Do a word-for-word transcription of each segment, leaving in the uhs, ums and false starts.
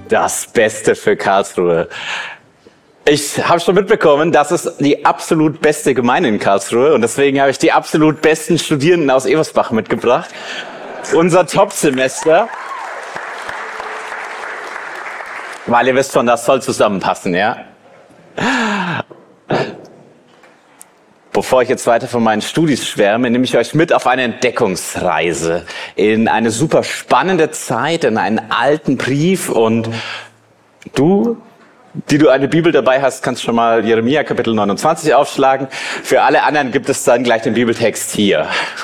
Das Beste für Karlsruhe. Ich habe schon mitbekommen, das ist die absolut beste Gemeinde in Karlsruhe und deswegen habe ich die absolut besten Studierenden aus Eversbach mitgebracht. Unser Top-Semester. Weil ihr wisst schon, das soll zusammenpassen, ja? Bevor ich jetzt weiter von meinen Studis schwärme, nehme ich euch mit auf eine Entdeckungsreise in eine super spannende Zeit, in einen alten Brief. Und du, die du eine Bibel dabei hast, kannst schon mal Jeremia Kapitel neunundzwanzig aufschlagen. Für alle anderen gibt es dann gleich den Bibeltext hier.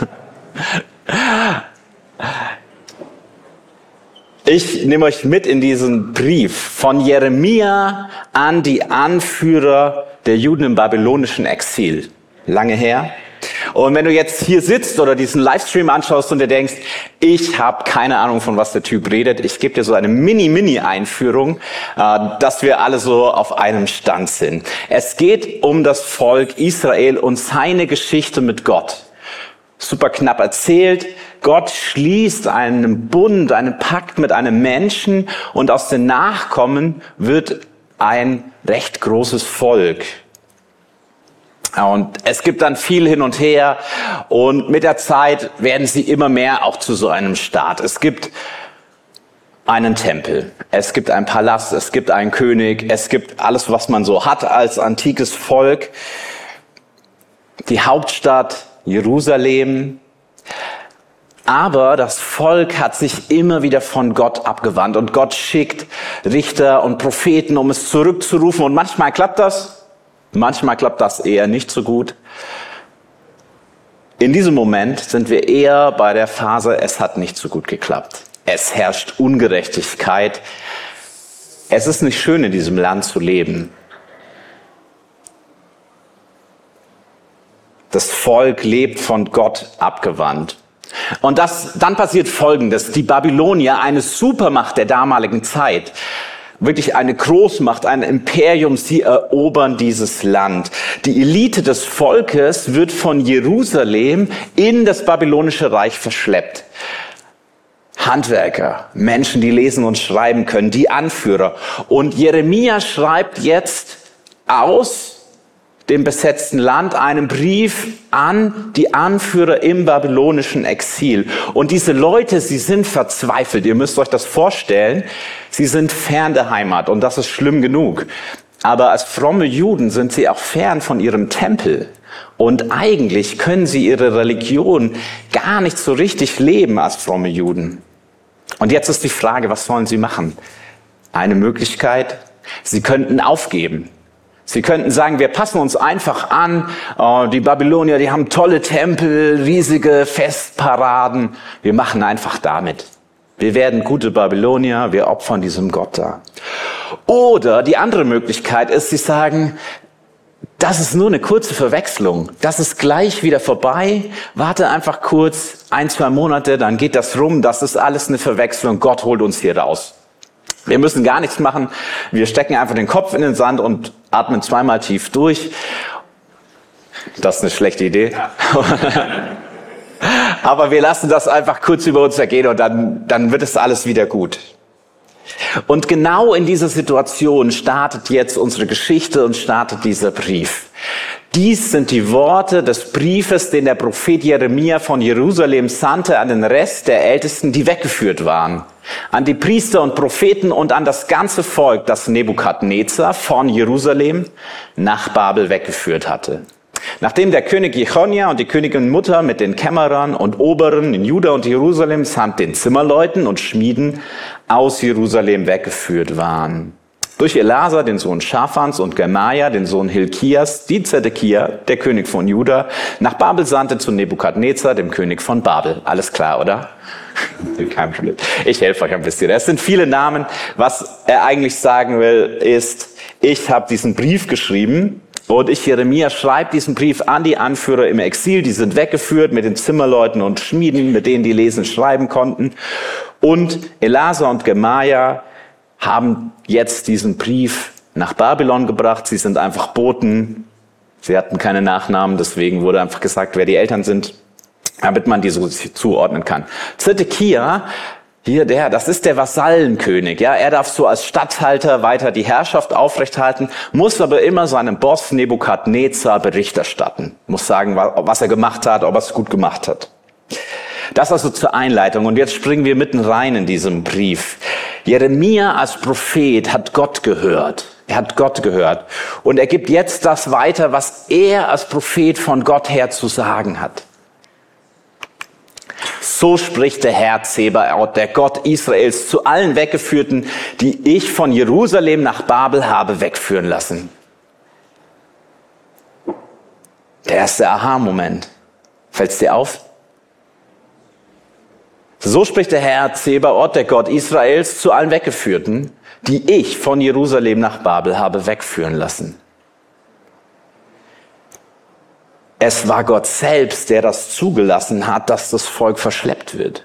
Ich nehme euch mit in diesen Brief von Jeremia an die Anführer der Juden im babylonischen Exil. Lange her. Und wenn du jetzt hier sitzt oder diesen Livestream anschaust und dir denkst, ich habe keine Ahnung, von was der Typ redet, ich gebe dir so eine Mini-Mini-Einführung, äh, dass wir alle so auf einem Stand sind. Es geht um das Volk Israel und seine Geschichte mit Gott. Super knapp erzählt. Gott schließt einen Bund, einen Pakt mit einem Menschen und aus den Nachkommen wird ein recht großes Volk. Und es gibt dann viel hin und her und mit der Zeit werden sie immer mehr auch zu so einem Staat. Es gibt einen Tempel, es gibt einen Palast, es gibt einen König, es gibt alles, was man so hat als antikes Volk. Die Hauptstadt Jerusalem. Aber das Volk hat sich immer wieder von Gott abgewandt und Gott schickt Richter und Propheten, um es zurückzurufen. Und manchmal klappt das. Manchmal klappt das eher nicht so gut. In diesem Moment sind wir eher bei der Phase, es hat nicht so gut geklappt. Es herrscht Ungerechtigkeit. Es ist nicht schön, in diesem Land zu leben. Das Volk lebt von Gott abgewandt. Und das, dann passiert Folgendes. Die Babylonier, eine Supermacht der damaligen Zeit, wirklich eine Großmacht, ein Imperium, sie erobern dieses Land. Die Elite des Volkes wird von Jerusalem in das babylonische Reich verschleppt. Handwerker, Menschen, die lesen und schreiben können, die Anführer. Und Jeremia schreibt jetzt aus dem besetzten Land einen Brief an die Anführer im babylonischen Exil. Und diese Leute, sie sind verzweifelt. Ihr müsst euch das vorstellen. Sie sind fern der Heimat und das ist schlimm genug. Aber als fromme Juden sind sie auch fern von ihrem Tempel. Und eigentlich können sie ihre Religion gar nicht so richtig leben als fromme Juden. Und jetzt ist die Frage, was sollen sie machen? Eine Möglichkeit, sie könnten aufgeben. Sie könnten sagen, wir passen uns einfach an. Oh, die Babylonier, die haben tolle Tempel, riesige Festparaden. Wir machen einfach damit. Wir werden gute Babylonier, wir opfern diesem Gott da. Oder die andere Möglichkeit ist, sie sagen, das ist nur eine kurze Verwechslung. Das ist gleich wieder vorbei. Warte einfach kurz, ein, zwei Monate, dann geht das rum. Das ist alles eine Verwechslung. Gott holt uns hier raus. Wir müssen gar nichts machen. Wir stecken einfach den Kopf in den Sand und atmen zweimal tief durch. Das ist eine schlechte Idee. Ja. Aber wir lassen das einfach kurz über uns ergehen und dann, dann wird es alles wieder gut. Und genau in dieser Situation startet jetzt unsere Geschichte und startet dieser Brief. Dies sind die Worte des Briefes, den der Prophet Jeremia von Jerusalem sandte an den Rest der Ältesten, die weggeführt waren. An die Priester und Propheten und an das ganze Volk, das Nebukadnezar von Jerusalem nach Babel weggeführt hatte. Nachdem der König Jechonja und die Königin Mutter mit den Kämmerern und Oberen in Juda und Jerusalem samt den Zimmerleuten und Schmieden aus Jerusalem weggeführt waren. Durch Elasa, den Sohn Schafans, und Gemaja, den Sohn Hilkias, die Zedekia, der König von Juda, nach Babel sandte zu Nebukadnezar, dem König von Babel. Alles klar, oder? Kein Problem. Ich helfe euch ein bisschen. Es sind viele Namen. Was er eigentlich sagen will, ist, ich habe diesen Brief geschrieben und ich, Jeremia, schreibe diesen Brief an die Anführer im Exil. Die sind weggeführt mit den Zimmerleuten und Schmieden, mit denen die lesen und schreiben konnten. Und Elasa und Gemaja haben jetzt diesen Brief nach Babylon gebracht. Sie sind einfach Boten. Sie hatten keine Nachnamen, deswegen wurde einfach gesagt, wer die Eltern sind, damit man die so zuordnen kann. Zedekia, Hier, der, das ist der Vasallenkönig. Ja, er darf so als Statthalter weiter die Herrschaft aufrechthalten, muss aber immer seinem Boss Nebukadnezar Bericht erstatten. Muss sagen, was er gemacht hat, ob er es gut gemacht hat. Das also zur Einleitung. Und jetzt springen wir mitten rein in diesem Brief. Jeremia als Prophet hat Gott gehört. Er hat Gott gehört. Und er gibt jetzt das weiter, was er als Prophet von Gott her zu sagen hat. So spricht der Herr Zebaoth, der Gott Israels, zu allen Weggeführten, die ich von Jerusalem nach Babel habe wegführen lassen. Der erste Aha-Moment. Fällt's dir auf? So spricht der Herr Zebaoth, der Gott Israels, zu allen Weggeführten, die ich von Jerusalem nach Babel habe wegführen lassen. Es war Gott selbst, der das zugelassen hat, dass das Volk verschleppt wird.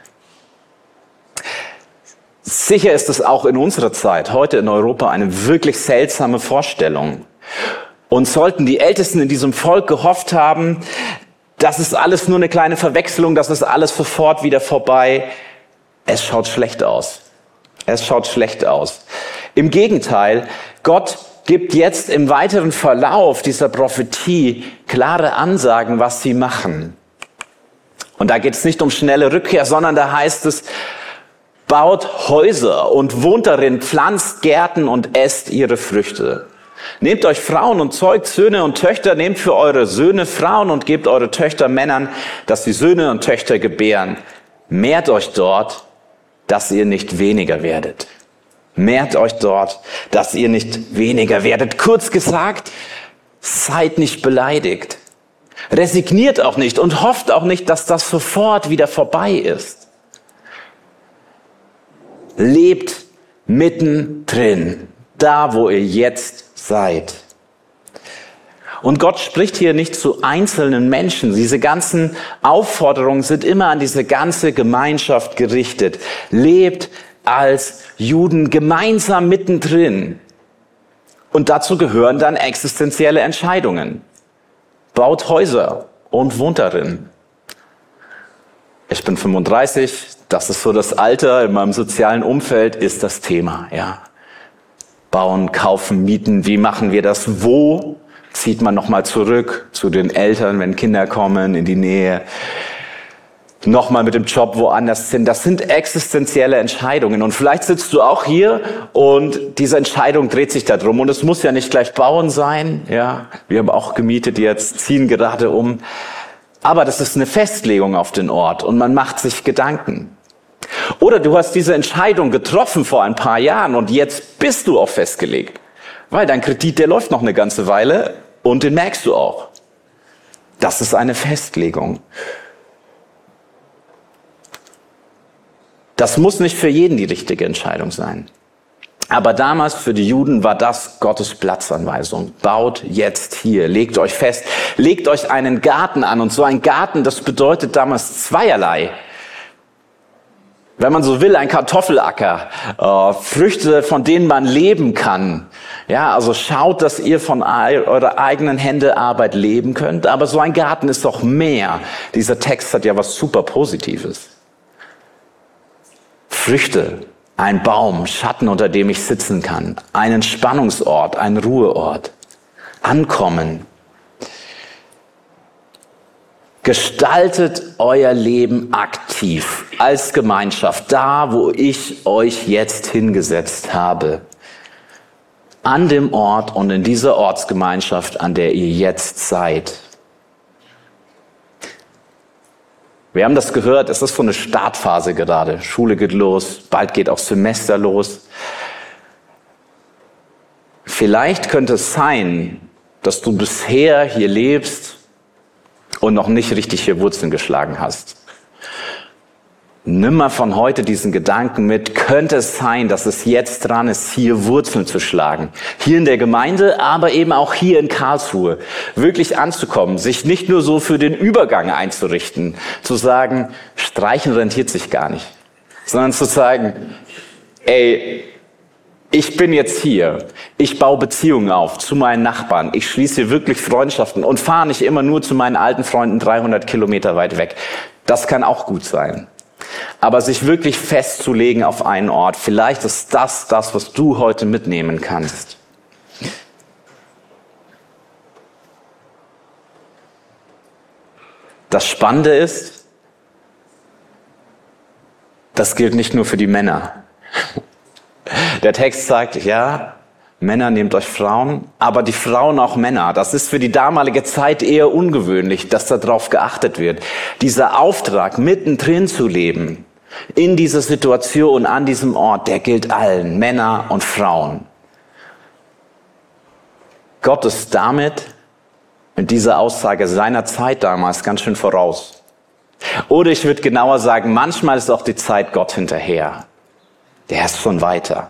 Sicher ist es auch in unserer Zeit, heute in Europa, eine wirklich seltsame Vorstellung. Und sollten die Ältesten in diesem Volk gehofft haben, das ist alles nur eine kleine Verwechslung, das ist alles sofort wieder vorbei. Es schaut schlecht aus. Es schaut schlecht aus. Im Gegenteil, Gott gibt jetzt im weiteren Verlauf dieser Prophetie klare Ansagen, was sie machen. Und da geht es nicht um schnelle Rückkehr, sondern da heißt es, baut Häuser und wohnt darin, pflanzt Gärten und esst ihre Früchte. Nehmt euch Frauen und zeugt Söhne und Töchter, nehmt für eure Söhne Frauen und gebt eure Töchter Männern, dass die Söhne und Töchter gebären. Mehrt euch dort, dass ihr nicht weniger werdet. Mehrt euch dort, dass ihr nicht weniger werdet. Kurz gesagt, seid nicht beleidigt. Resigniert auch nicht und hofft auch nicht, dass das sofort wieder vorbei ist. Lebt mittendrin, da wo ihr jetzt seid. Und Gott spricht hier nicht zu einzelnen Menschen. Diese ganzen Aufforderungen sind immer an diese ganze Gemeinschaft gerichtet. Lebt als Juden gemeinsam mittendrin. Und dazu gehören dann existenzielle Entscheidungen. Baut Häuser und wohnt darin. Ich bin fünfunddreißig, das ist so das Alter, in meinem sozialen Umfeld ist das Thema, ja. Bauen, kaufen, mieten, wie machen wir das? Wo zieht man nochmal zurück zu den Eltern, wenn Kinder kommen, in die Nähe? Nochmal mit dem Job woanders hin. Das sind existenzielle Entscheidungen. Und vielleicht sitzt du auch hier und diese Entscheidung dreht sich darum. Und es muss ja nicht gleich bauen sein. Ja, wir haben auch gemietet jetzt, ziehen gerade um. Aber das ist eine Festlegung auf den Ort und man macht sich Gedanken. Oder du hast diese Entscheidung getroffen vor ein paar Jahren und jetzt bist du auch festgelegt. Weil dein Kredit, der läuft noch eine ganze Weile und den merkst du auch. Das ist eine Festlegung. Das muss nicht für jeden die richtige Entscheidung sein. Aber damals für die Juden war das Gottes Platzanweisung. Baut jetzt hier, legt euch fest, legt euch einen Garten an. Und so ein Garten, das bedeutet damals zweierlei. Wenn man so will, ein Kartoffelacker, äh, Früchte, von denen man leben kann. Ja, also schaut, dass ihr von eurer eigenen Hände Arbeit leben könnt. Aber so ein Garten ist doch mehr. Dieser Text hat ja was super Positives. Früchte, ein Baum, Schatten, unter dem ich sitzen kann, ein Entspannungsort, ein Ruheort, Ankommen. Gestaltet euer Leben aktiv als Gemeinschaft, da wo ich euch jetzt hingesetzt habe. An dem Ort und in dieser Ortsgemeinschaft, an der ihr jetzt seid. Wir haben das gehört, es ist so eine Startphase gerade. Schule geht los, bald geht auch Semester los. Vielleicht könnte es sein, dass du bisher hier lebst und noch nicht richtig hier Wurzeln geschlagen hast. Nimm mal von heute diesen Gedanken mit. Könnte es sein, dass es jetzt dran ist, hier Wurzeln zu schlagen? Hier in der Gemeinde, aber eben auch hier in Karlsruhe. Wirklich anzukommen, sich nicht nur so für den Übergang einzurichten, zu sagen, streichen rentiert sich gar nicht, sondern zu sagen, ey, ich bin jetzt hier, ich baue Beziehungen auf zu meinen Nachbarn, ich schließe hier wirklich Freundschaften und fahre nicht immer nur zu meinen alten Freunden dreihundert Kilometer weit weg. Das kann auch gut sein. Aber sich wirklich festzulegen auf einen Ort, vielleicht ist das das, was du heute mitnehmen kannst. Das Spannende ist, das gilt nicht nur für die Männer. Der Text sagt, ja, Männer, nehmt euch Frauen, aber die Frauen auch Männer. Das ist für die damalige Zeit eher ungewöhnlich, dass darauf geachtet wird. Dieser Auftrag, mittendrin zu leben, in dieser Situation, an diesem Ort, der gilt allen, Männer und Frauen. Gott ist damit, mit dieser Aussage seiner Zeit damals ganz schön voraus. Oder ich würde genauer sagen, manchmal ist auch die Zeit Gott hinterher. Der ist schon weiter.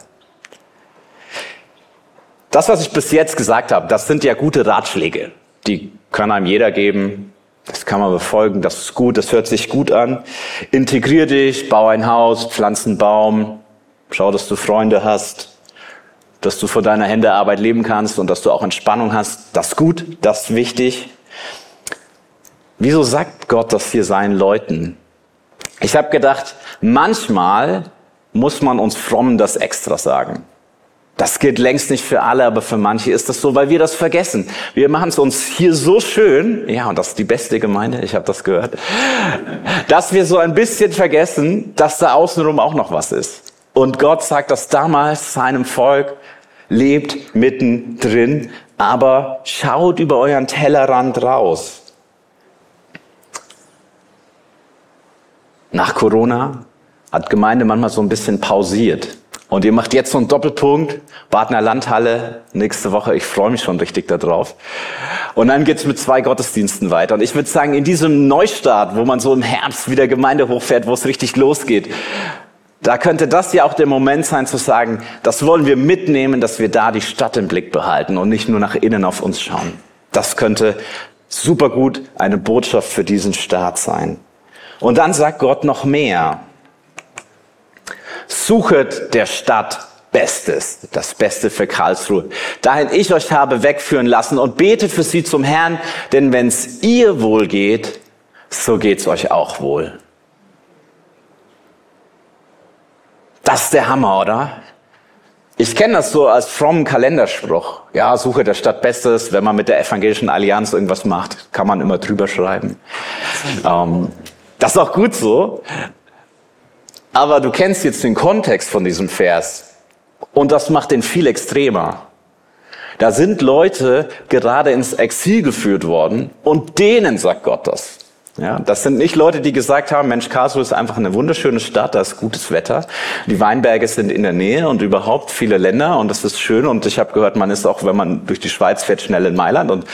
Das, was ich bis jetzt gesagt habe, das sind ja gute Ratschläge. Die kann einem jeder geben. Das kann man befolgen. Das ist gut. Das hört sich gut an. Integrier dich, bau ein Haus, pflanz einen Baum. Schau, dass du Freunde hast. Dass du von deiner Händearbeit leben kannst und dass du auch Entspannung hast. Das ist gut. Das ist wichtig. Wieso sagt Gott das hier seinen Leuten? Ich habe gedacht, manchmal muss man uns Frommen das extra sagen. Das gilt längst nicht für alle, aber für manche ist das so, weil wir das vergessen. Wir machen es uns hier so schön, ja, und das ist die beste Gemeinde, ich habe das gehört, dass wir so ein bisschen vergessen, dass da außenrum auch noch was ist. Und Gott sagt das damals seinem Volk, lebt mittendrin, aber schaut über euren Tellerrand raus. Nach Corona hat Gemeinde manchmal so ein bisschen pausiert. Und ihr macht jetzt so einen Doppelpunkt, Badner Landhalle, nächste Woche, ich freue mich schon richtig darauf. Und dann geht's mit zwei Gottesdiensten weiter. Und ich würde sagen, in diesem Neustart, wo man so im Herbst wieder Gemeinde hochfährt, wo es richtig losgeht, da könnte das ja auch der Moment sein zu sagen, das wollen wir mitnehmen, dass wir da die Stadt im Blick behalten und nicht nur nach innen auf uns schauen. Das könnte super gut eine Botschaft für diesen Start sein. Und dann sagt Gott noch mehr. Suchet der Stadt Bestes, das Beste für Karlsruhe, dahin ich euch habe wegführen lassen und betet für sie zum Herrn, denn wenn es ihr wohl geht, so geht's euch auch wohl. Das ist der Hammer, oder? Ich kenne das so als frommen Kalenderspruch. Ja, suche der Stadt Bestes, wenn man mit der Evangelischen Allianz irgendwas macht, kann man immer drüber schreiben. Ähm, das ist auch gut so. Aber du kennst jetzt den Kontext von diesem Vers und das macht den viel extremer. Da sind Leute gerade ins Exil geführt worden und denen sagt Gott das. Ja, das sind nicht Leute, die gesagt haben, Mensch, Karlsruhe ist einfach eine wunderschöne Stadt, da ist gutes Wetter. Die Weinberge sind in der Nähe und überhaupt viele Länder und das ist schön. Und ich habe gehört, man ist auch, wenn man durch die Schweiz fährt, schnell in Mailand und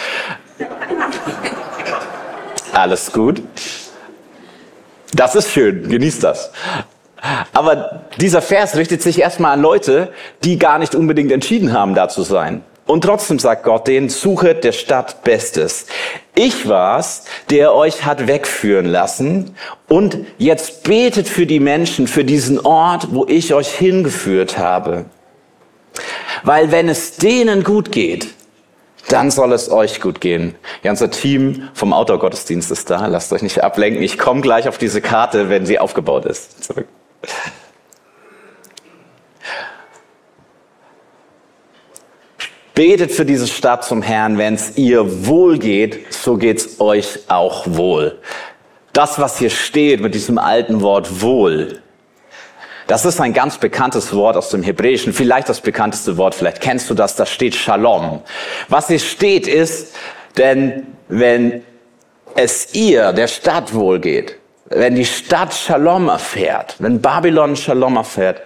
alles gut. Das ist schön, genießt das. Aber dieser Vers richtet sich erstmal an Leute, die gar nicht unbedingt entschieden haben, da zu sein. Und trotzdem sagt Gott denen, suchet der Stadt Bestes. Ich war's, der euch hat wegführen lassen und jetzt betet für die Menschen, für diesen Ort, wo ich euch hingeführt habe. Weil wenn es denen gut geht, dann soll es euch gut gehen. Ja, unser Team vom Outdoor-Gottesdienst ist da, lasst euch nicht ablenken. Ich komme gleich auf diese Karte, wenn sie aufgebaut ist. Zurück. Betet für diese Stadt zum Herrn, wenn es ihr wohl geht, so geht's euch auch wohl. Das, was hier steht mit diesem alten Wort wohl, das ist ein ganz bekanntes Wort aus dem Hebräischen, vielleicht das bekannteste Wort, vielleicht kennst du das, da steht Shalom. Was hier steht ist, denn wenn es ihr, der Stadt wohl geht, wenn die Stadt Shalom erfährt, wenn Babylon Shalom erfährt,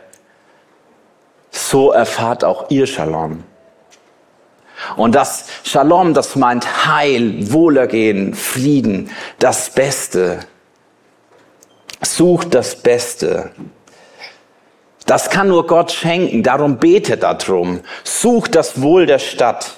so erfahrt auch ihr Shalom. Und das Shalom, das meint Heil, Wohlergehen, Frieden, das Beste. Sucht das Beste. Das kann nur Gott schenken, darum betet darum. Sucht das Wohl der Stadt.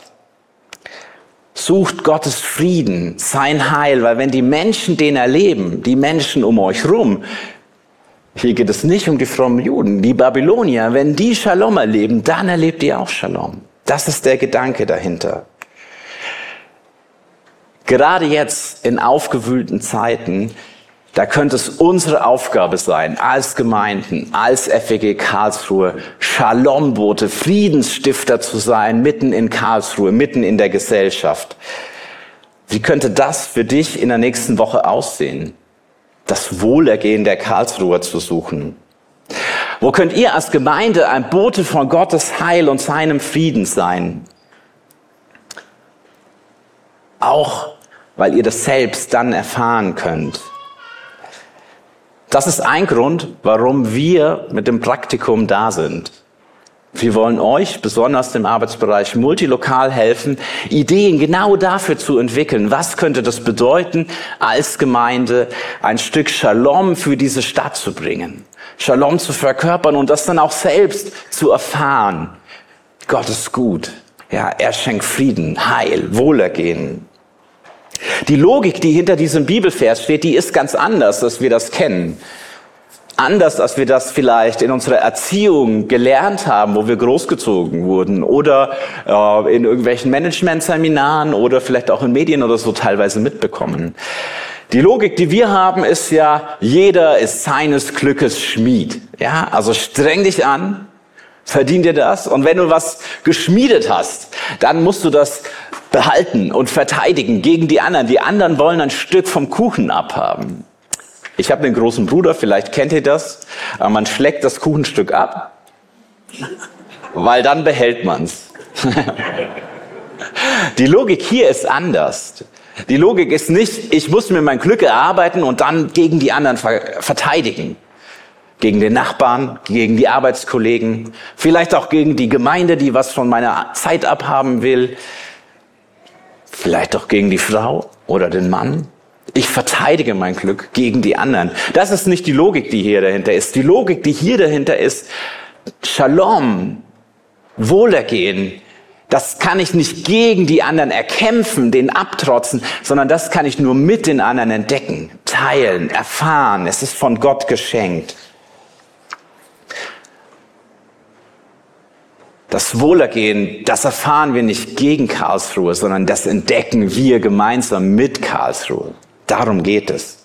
Sucht Gottes Frieden, sein Heil, weil wenn die Menschen den erleben, die Menschen um euch rum, hier geht es nicht um die frommen Juden, die Babylonier, wenn die Shalom erleben, dann erlebt ihr auch Shalom. Das ist der Gedanke dahinter. Gerade jetzt in aufgewühlten Zeiten Da könnte es unsere Aufgabe sein, als Gemeinden, als F E G Karlsruhe, Shalom-Bote, Friedensstifter zu sein, mitten in Karlsruhe, mitten in der Gesellschaft. Wie könnte das für dich in der nächsten Woche aussehen? Das Wohlergehen der Karlsruher zu suchen. Wo könnt ihr als Gemeinde ein Bote von Gottes Heil und seinem Frieden sein? Auch weil ihr das selbst dann erfahren könnt. Das ist ein Grund, warum wir mit dem Praktikum da sind. Wir wollen euch, besonders im Arbeitsbereich Multilokal, helfen, Ideen genau dafür zu entwickeln. Was könnte das bedeuten, als Gemeinde ein Stück Shalom für diese Stadt zu bringen? Shalom zu verkörpern und das dann auch selbst zu erfahren. Gott ist gut. Ja, er schenkt Frieden, Heil, Wohlergehen. Die Logik, die hinter diesem Bibelvers steht, die ist ganz anders, als wir das kennen. Anders, als wir das vielleicht in unserer Erziehung gelernt haben, wo wir großgezogen wurden oder äh, in irgendwelchen Management-Seminaren oder vielleicht auch in Medien oder so teilweise mitbekommen. Die Logik, die wir haben, ist ja, jeder ist seines Glückes Schmied. Ja, also streng dich an, verdien dir das und wenn du was geschmiedet hast, dann musst du das behalten und verteidigen gegen die anderen. Die anderen wollen ein Stück vom Kuchen abhaben. Ich habe einen großen Bruder, vielleicht kennt ihr das. Aber man schlägt das Kuchenstück ab, weil dann behält man's. Die Logik hier ist anders. Die Logik ist nicht, ich muss mir mein Glück erarbeiten und dann gegen die anderen verteidigen. Gegen den Nachbarn, gegen die Arbeitskollegen, vielleicht auch gegen die Gemeinde, die was von meiner Zeit abhaben will. Vielleicht auch gegen die Frau oder den Mann. Ich verteidige mein Glück gegen die anderen. Das ist nicht die Logik, die hier dahinter ist. Die Logik, die hier dahinter ist, Shalom, Wohlergehen, das kann ich nicht gegen die anderen erkämpfen, den abtrotzen, sondern das kann ich nur mit den anderen entdecken, teilen, erfahren. Es ist von Gott geschenkt. Das Wohlergehen, das erfahren wir nicht gegen Karlsruhe, sondern das entdecken wir gemeinsam mit Karlsruhe. Darum geht es.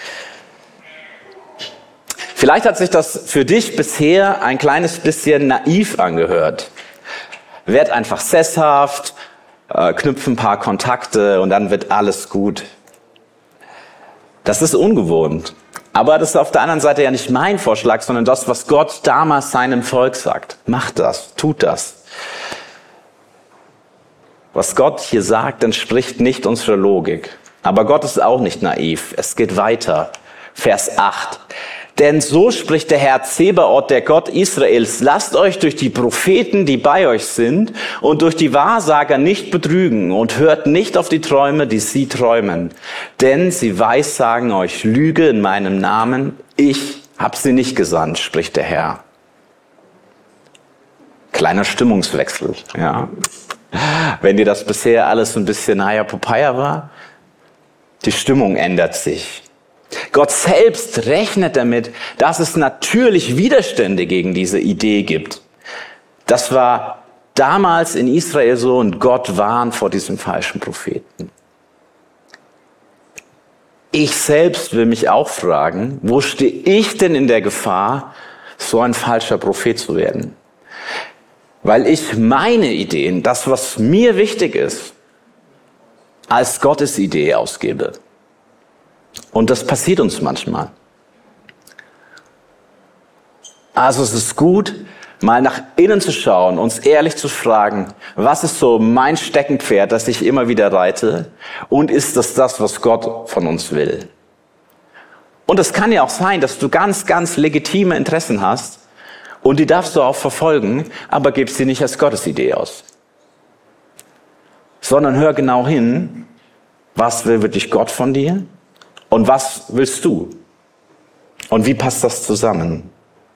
Vielleicht hat sich das für dich bisher ein kleines bisschen naiv angehört. Werd einfach sesshaft, äh, knüpf ein paar Kontakte und dann wird alles gut. Das ist ungewohnt. Aber das ist auf der anderen Seite ja nicht mein Vorschlag, sondern das, was Gott damals seinem Volk sagt. Macht das, tut das. Was Gott hier sagt, entspricht nicht unserer Logik. Aber Gott ist auch nicht naiv. Es geht weiter. Vers acht. Denn so spricht der Herr Zebaoth, der Gott Israels, lasst euch durch die Propheten, die bei euch sind, und durch die Wahrsager nicht betrügen und hört nicht auf die Träume, die sie träumen. Denn sie weissagen euch Lüge in meinem Namen. Ich habe sie nicht gesandt, spricht der Herr. Kleiner Stimmungswechsel, ja. Wenn dir das bisher alles ein bisschen Haya Popeye war, die Stimmung ändert sich. Gott selbst rechnet damit, dass es natürlich Widerstände gegen diese Idee gibt. Das war damals in Israel so und Gott warnt vor diesem falschen Propheten. Ich selbst will mich auch fragen, wo stehe ich denn in der Gefahr, so ein falscher Prophet zu werden? Weil ich meine Ideen, das, was mir wichtig ist, als Gottes Idee ausgebe. Und das passiert uns manchmal. Also es ist gut, mal nach innen zu schauen, uns ehrlich zu fragen, was ist so mein Steckenpferd, das ich immer wieder reite? Und ist das das, was Gott von uns will? Und es kann ja auch sein, dass du ganz, ganz legitime Interessen hast und die darfst du auch verfolgen, aber gibst sie nicht als Gottes Idee aus. Sondern hör genau hin, was will wirklich Gott von dir? Und was willst du? Und wie passt das zusammen?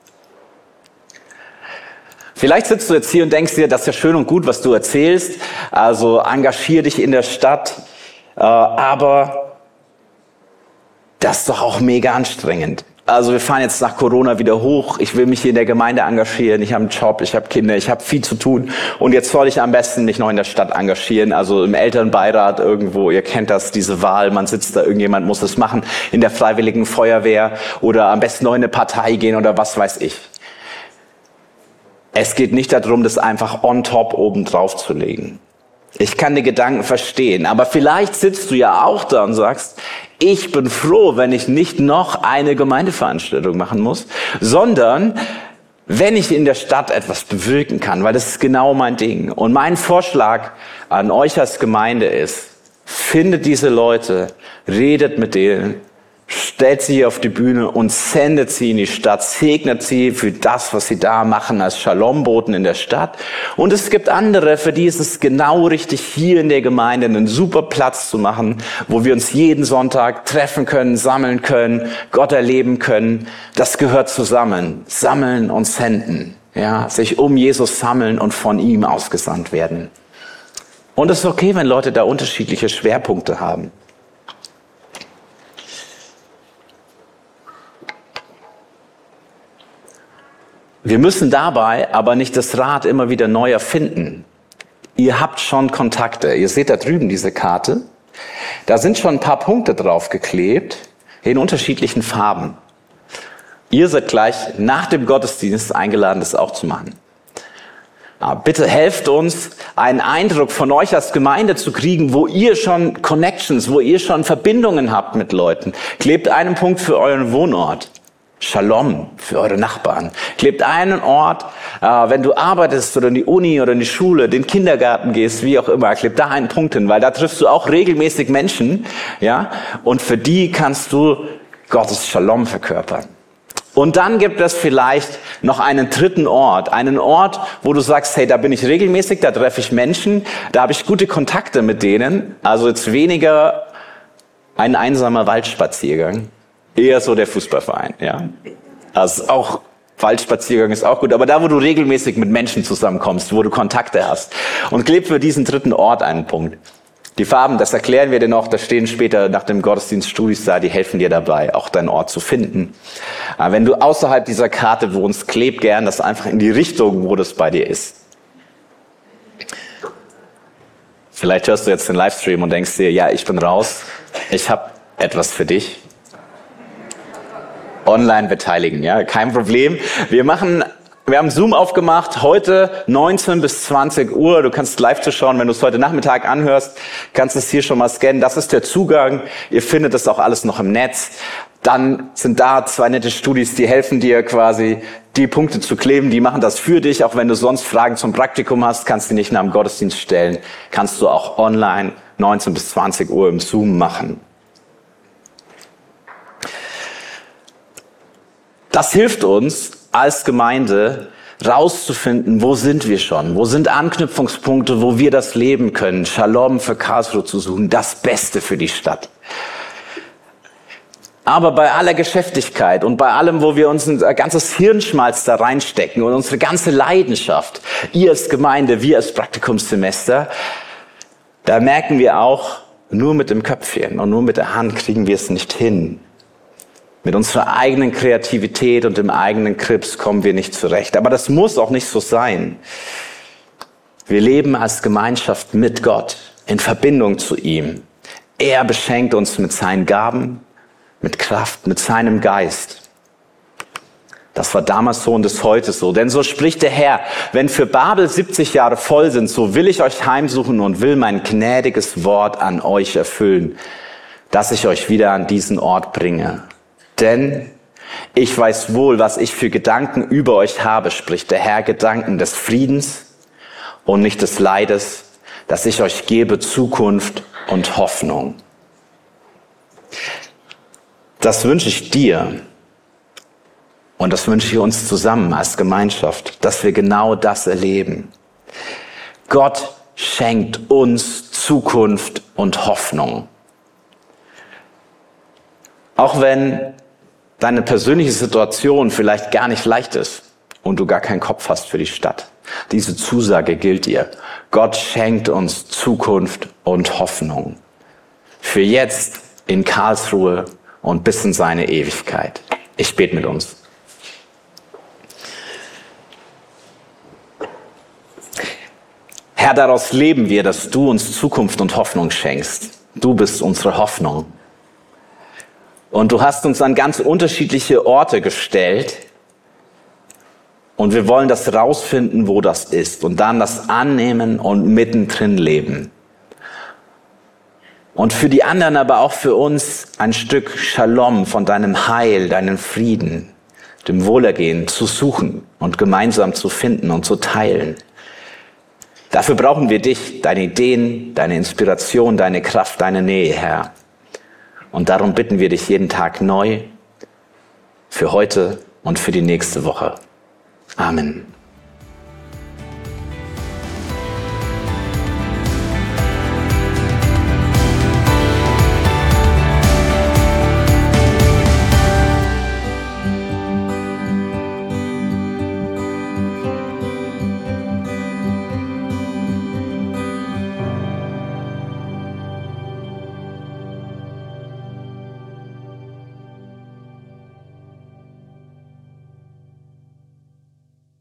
Vielleicht sitzt du jetzt hier und denkst dir, das ist ja schön und gut, was du erzählst. Also engagier dich in der Stadt. Äh, aber das ist doch auch mega anstrengend. also wir fahren jetzt nach Corona wieder hoch, ich will mich hier in der Gemeinde engagieren, ich habe einen Job, ich habe Kinder, ich habe viel zu tun und jetzt soll ich am besten mich noch in der Stadt engagieren, also im Elternbeirat irgendwo, ihr kennt das, diese Wahl, man sitzt da, irgendjemand muss es machen, in der Freiwilligen Feuerwehr oder am besten noch in eine Partei gehen oder was weiß ich. Es geht nicht darum, das einfach on top oben drauf zu legen. Ich kann die Gedanken verstehen, aber vielleicht sitzt du ja auch da und sagst, ich bin froh, wenn ich nicht noch eine Gemeindeveranstaltung machen muss, sondern wenn ich in der Stadt etwas bewirken kann, weil das ist genau mein Ding. Und mein Vorschlag an euch als Gemeinde ist, findet diese Leute, redet mit denen, stellt sie hier auf die Bühne und sendet sie in die Stadt, segnet sie für das, was sie da machen als Shalom-Boten in der Stadt. Und es gibt andere, für die ist es genau richtig, hier in der Gemeinde einen super Platz zu machen, wo wir uns jeden Sonntag treffen können, sammeln können, Gott erleben können. Das gehört zusammen. Sammeln und senden. Ja, sich um Jesus sammeln und von ihm ausgesandt werden. Und es ist okay, wenn Leute da unterschiedliche Schwerpunkte haben. Wir müssen dabei aber nicht das Rad immer wieder neu erfinden. Ihr habt schon Kontakte. Ihr seht da drüben diese Karte. Da sind schon ein paar Punkte drauf geklebt, in unterschiedlichen Farben. Ihr seid gleich nach dem Gottesdienst eingeladen, das auch zu machen. Aber bitte helft uns, einen Eindruck von euch als Gemeinde zu kriegen, wo ihr schon Connections, wo ihr schon Verbindungen habt mit Leuten. Klebt einen Punkt für euren Wohnort. Shalom für eure Nachbarn. Klebt einen Ort, äh, wenn du arbeitest oder in die Uni oder in die Schule, den Kindergarten gehst, wie auch immer, klebt da einen Punkt hin, weil da triffst du auch regelmäßig Menschen, ja, und für die kannst du Gottes Shalom verkörpern. Und dann gibt es vielleicht noch einen dritten Ort, einen Ort, wo du sagst, hey, da bin ich regelmäßig, da treffe ich Menschen, da habe ich gute Kontakte mit denen, also jetzt weniger ein einsamer Waldspaziergang. Eher so der Fußballverein, ja. Also auch Waldspaziergang ist auch gut, aber da, wo du regelmäßig mit Menschen zusammenkommst, wo du Kontakte hast. Und kleb für diesen dritten Ort einen Punkt. Die Farben, das erklären wir dir noch, da stehen später nach dem Gottesdienst Studis da, die helfen dir dabei, auch deinen Ort zu finden. Aber wenn du außerhalb dieser Karte wohnst, kleb gern das einfach in die Richtung, wo das bei dir ist. Vielleicht hörst du jetzt den Livestream und denkst dir, ja, ich bin raus, ich habe etwas für dich. Online beteiligen, ja, kein Problem. Wir machen, wir haben Zoom aufgemacht, heute neunzehn bis zwanzig Uhr. Du kannst live zuschauen, wenn du es heute Nachmittag anhörst, kannst es hier schon mal scannen. Das ist der Zugang. Ihr findet das auch alles noch im Netz. Dann sind da zwei nette Studis, die helfen dir quasi, die Punkte zu kleben. Die machen das für dich. Auch wenn du sonst Fragen zum Praktikum hast, kannst du die nicht nach dem Gottesdienst stellen. Kannst du auch online neunzehn bis zwanzig Uhr im Zoom machen. Das hilft uns als Gemeinde rauszufinden, wo sind wir schon, wo sind Anknüpfungspunkte, wo wir das leben können, Shalom für Karlsruhe zu suchen, das Beste für die Stadt. Aber bei aller Geschäftigkeit und bei allem, wo wir uns ein ganzes Hirnschmalz da reinstecken und unsere ganze Leidenschaft, ihr als Gemeinde, wir als Praktikumssemester, da merken wir auch, nur mit dem Köpfchen und nur mit der Hand kriegen wir es nicht hin. Mit unserer eigenen Kreativität und dem eigenen Krips kommen wir nicht zurecht. Aber das muss auch nicht so sein. Wir leben als Gemeinschaft mit Gott, in Verbindung zu ihm. Er beschenkt uns mit seinen Gaben, mit Kraft, mit seinem Geist. Das war damals so und ist heute so. Denn so spricht der Herr, wenn für Babel siebzig Jahre voll sind, so will ich euch heimsuchen und will mein gnädiges Wort an euch erfüllen, dass ich euch wieder an diesen Ort bringe. Denn ich weiß wohl, was ich für Gedanken über euch habe, spricht der Herr, Gedanken des Friedens und nicht des Leides, dass ich euch gebe Zukunft und Hoffnung. Das wünsche ich dir und das wünsche ich uns zusammen als Gemeinschaft, dass wir genau das erleben. Gott schenkt uns Zukunft und Hoffnung. Auch wenn deine persönliche Situation vielleicht gar nicht leicht ist und du gar keinen Kopf hast für die Stadt. Diese Zusage gilt dir. Gott schenkt uns Zukunft und Hoffnung. Für jetzt in Karlsruhe und bis in seine Ewigkeit. Ich bete mit uns. Herr, daraus leben wir, dass du uns Zukunft und Hoffnung schenkst. Du bist unsere Hoffnung. Und du hast uns an ganz unterschiedliche Orte gestellt. Und wir wollen das rausfinden, wo das ist. Und dann das annehmen und mittendrin leben. Und für die anderen, aber auch für uns ein Stück Shalom von deinem Heil, deinem Frieden, dem Wohlergehen zu suchen und gemeinsam zu finden und zu teilen. Dafür brauchen wir dich, deine Ideen, deine Inspiration, deine Kraft, deine Nähe, Herr. Und darum bitten wir dich jeden Tag neu für heute und für die nächste Woche. Amen.